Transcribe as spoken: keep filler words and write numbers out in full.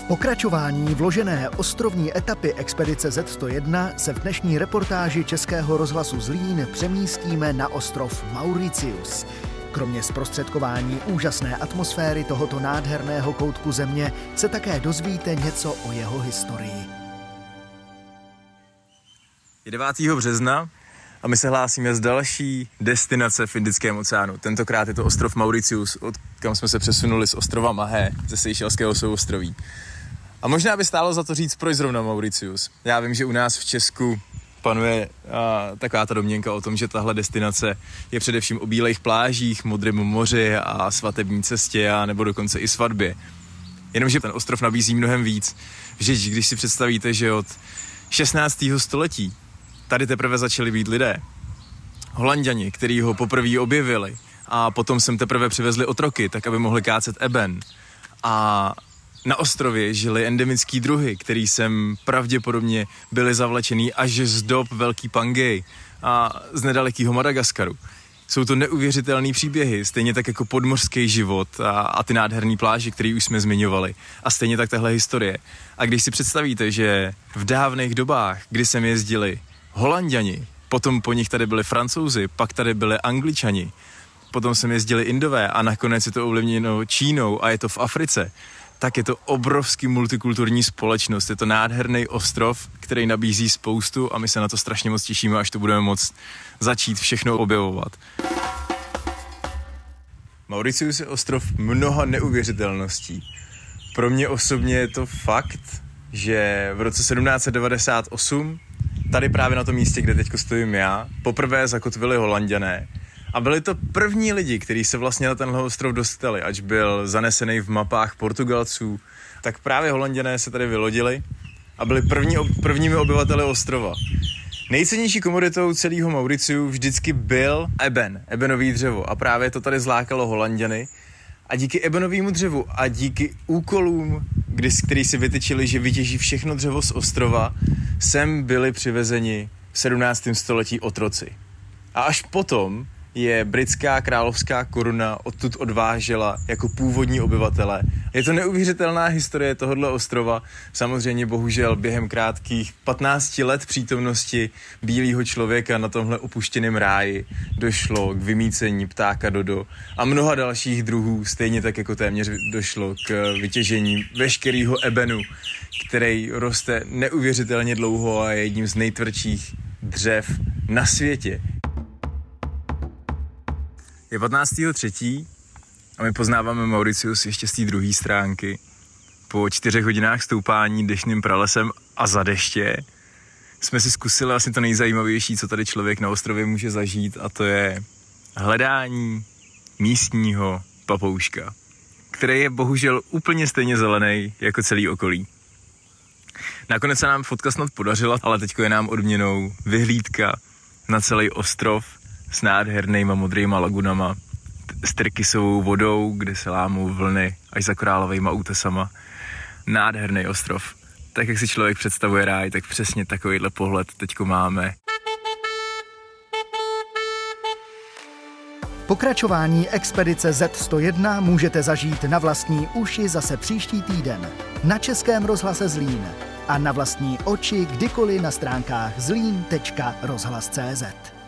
Pokračování vložené ostrovní etapy expedice zet sto jedna se v dnešní reportáži Českého rozhlasu Zlín přemístíme na ostrov Mauritius. Kromě zprostředkování úžasné atmosféry tohoto nádherného koutku země se také dozvíte něco o jeho historii. Je devátého března a my se hlásíme z další destinace v Indickém oceánu. Tentokrát je to ostrov Mauritius, od kam jsme se přesunuli z ostrova Mahé, ze Seychelského souostroví. A možná by stálo za to říct, proč zrovna Mauritius. Já vím, že u nás v Česku panuje a, taková ta domněnka o tom, že tahle destinace je především o bílejch plážích, modrém moři a svatební cestě a nebo dokonce i svatbě. Jenomže ten ostrov nabízí mnohem víc. Vždyť, když si představíte, že od šestnáctého století tady teprve začali být lidé. Holanďani, kteří ho poprvé objevili a potom sem teprve přivezli otroky, tak aby mohli kácet eben. A na ostrově žili endemický druhy, který sem pravděpodobně byli zavlečený až z dob Velký Pangej a z nedalekého Madagaskaru. Jsou to neuvěřitelné příběhy, stejně tak jako podmořský život a, a ty nádherné pláže, které už jsme zmiňovali. A stejně tak tahle historie. A když si představíte, že v dávných dobách, kdy sem jezdili Holanďani, potom po nich tady byli Francouzi, pak tady byli Angličani, potom sem jezdili Indové a nakonec je to ovlivněno Čínou a je to v Africe, tak je to obrovský multikulturní společnost. Je to nádherný ostrov, který nabízí spoustu a my se na to strašně moc těšíme, až to budeme moct začít všechno objevovat. Mauritius je ostrov mnoha neuvěřitelností. Pro mě osobně je to fakt, že v roce sedmnáct set devadesát osm tady právě na tom místě, kde teďko stojím já, poprvé zakotvili Holanďané. A byli to první lidi, kteří se vlastně na tenhle ostrov dostali, ač byl zanesený v mapách Portugalců, tak právě Holanďané se tady vylodili a byli první, prvními obyvateli ostrova. Nejcennější komoditou celého Mauriciu vždycky byl eben, ebenový dřevo a právě to tady zlákalo Holanďany. A díky ebenovému dřevu a díky úkolům, kdy, který si vytyčili, že vytěží všechno dřevo z ostrova, sem byli přivezeni v sedmnáctém století otroci. A až potom je britská královská koruna odtud odvážela jako původní obyvatele. Je to neuvěřitelná historie tohohle ostrova. Samozřejmě bohužel během krátkých patnácti let přítomnosti bílého člověka na tomhle opuštěném ráji došlo k vymýcení ptáka dodo a mnoha dalších druhů, stejně tak jako téměř došlo k vytěžení veškerého ebenu, který roste neuvěřitelně dlouho a je jedním z nejtvrdších dřev na světě. Je patnáctého třetího a my poznáváme Mauritius ještě z té druhé stránky. Po čtyřech hodinách stoupání deštným pralesem a za deště jsme si zkusili asi to nejzajímavější, co tady člověk na ostrově může zažít, a to je hledání místního papouška, který je bohužel úplně stejně zelený jako celý okolí. Nakonec se nám fotka snad podařila, ale teďko je nám odměnou vyhlídka na celý ostrov s nádhernýma modrýma lagunama, s tyrkysovou vodou, kde se lámou vlny až za korálovejma útesama. Nádherný ostrov. Tak, jak si člověk představuje ráj, tak přesně takovýhle pohled teďko máme. Pokračování expedice zet sto jedna můžete zažít na vlastní uši zase příští týden na Českém rozhlase Zlín a na vlastní oči kdykoliv na stránkách zlín tečka rozhlas tečka cé zet.